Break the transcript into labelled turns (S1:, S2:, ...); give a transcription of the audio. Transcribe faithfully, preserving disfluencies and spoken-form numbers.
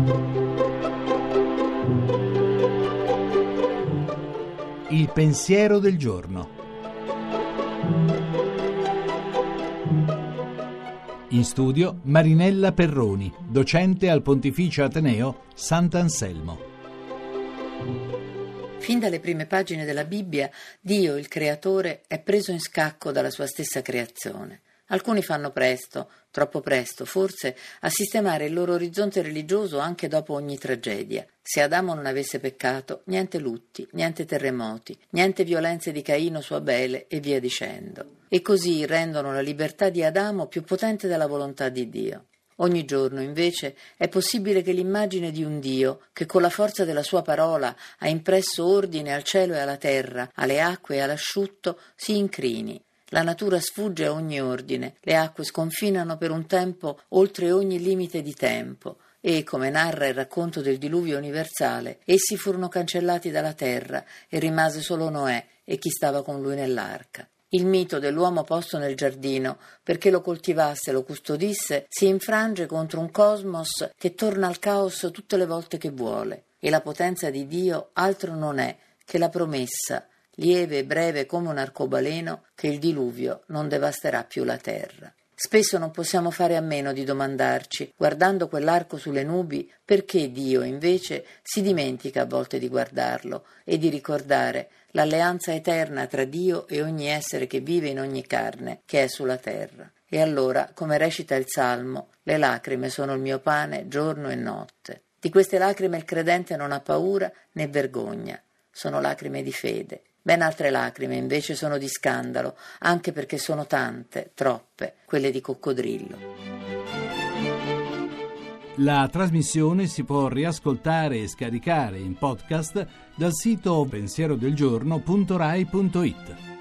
S1: Il pensiero del giorno. In studio Marinella Perroni, docente al Pontificio Ateneo Sant'Anselmo.
S2: Fin dalle prime pagine della Bibbia, Dio, il Creatore, è preso in scacco dalla sua stessa creazione. Alcuni fanno presto, troppo presto forse, a sistemare il loro orizzonte religioso anche dopo ogni tragedia. Se Adamo non avesse peccato, niente lutti, niente terremoti, niente violenze di Caino su Abele e via dicendo. E così rendono la libertà di Adamo più potente della volontà di Dio. Ogni giorno, invece, è possibile che l'immagine di un Dio, che con la forza della sua parola ha impresso ordine al cielo e alla terra, alle acque e all'asciutto, si incrini. La natura sfugge a ogni ordine, le acque sconfinano per un tempo oltre ogni limite di tempo e, come narra il racconto del diluvio universale, essi furono cancellati dalla terra e rimase solo Noè e chi stava con lui nell'arca. Il mito dell'uomo posto nel giardino perché lo coltivasse e lo custodisse si infrange contro un cosmos che torna al caos tutte le volte che vuole, e la potenza di Dio altro non è che la promessa, lieve e breve come un arcobaleno, che il diluvio non devasterà più la terra. Spesso non possiamo fare a meno di domandarci, guardando quell'arco sulle nubi, perché Dio invece si dimentica a volte di guardarlo e di ricordare l'alleanza eterna tra Dio e ogni essere che vive in ogni carne che è sulla terra. E allora, come recita il Salmo, le lacrime sono il mio pane giorno e notte. Di queste lacrime il credente non ha paura né vergogna, sono lacrime di fede. Ben altre lacrime invece sono di scandalo, anche perché sono tante, troppe, quelle di coccodrillo.
S1: La trasmissione si può riascoltare e scaricare in podcast dal sito pensierodelgiorno punto rai punto it.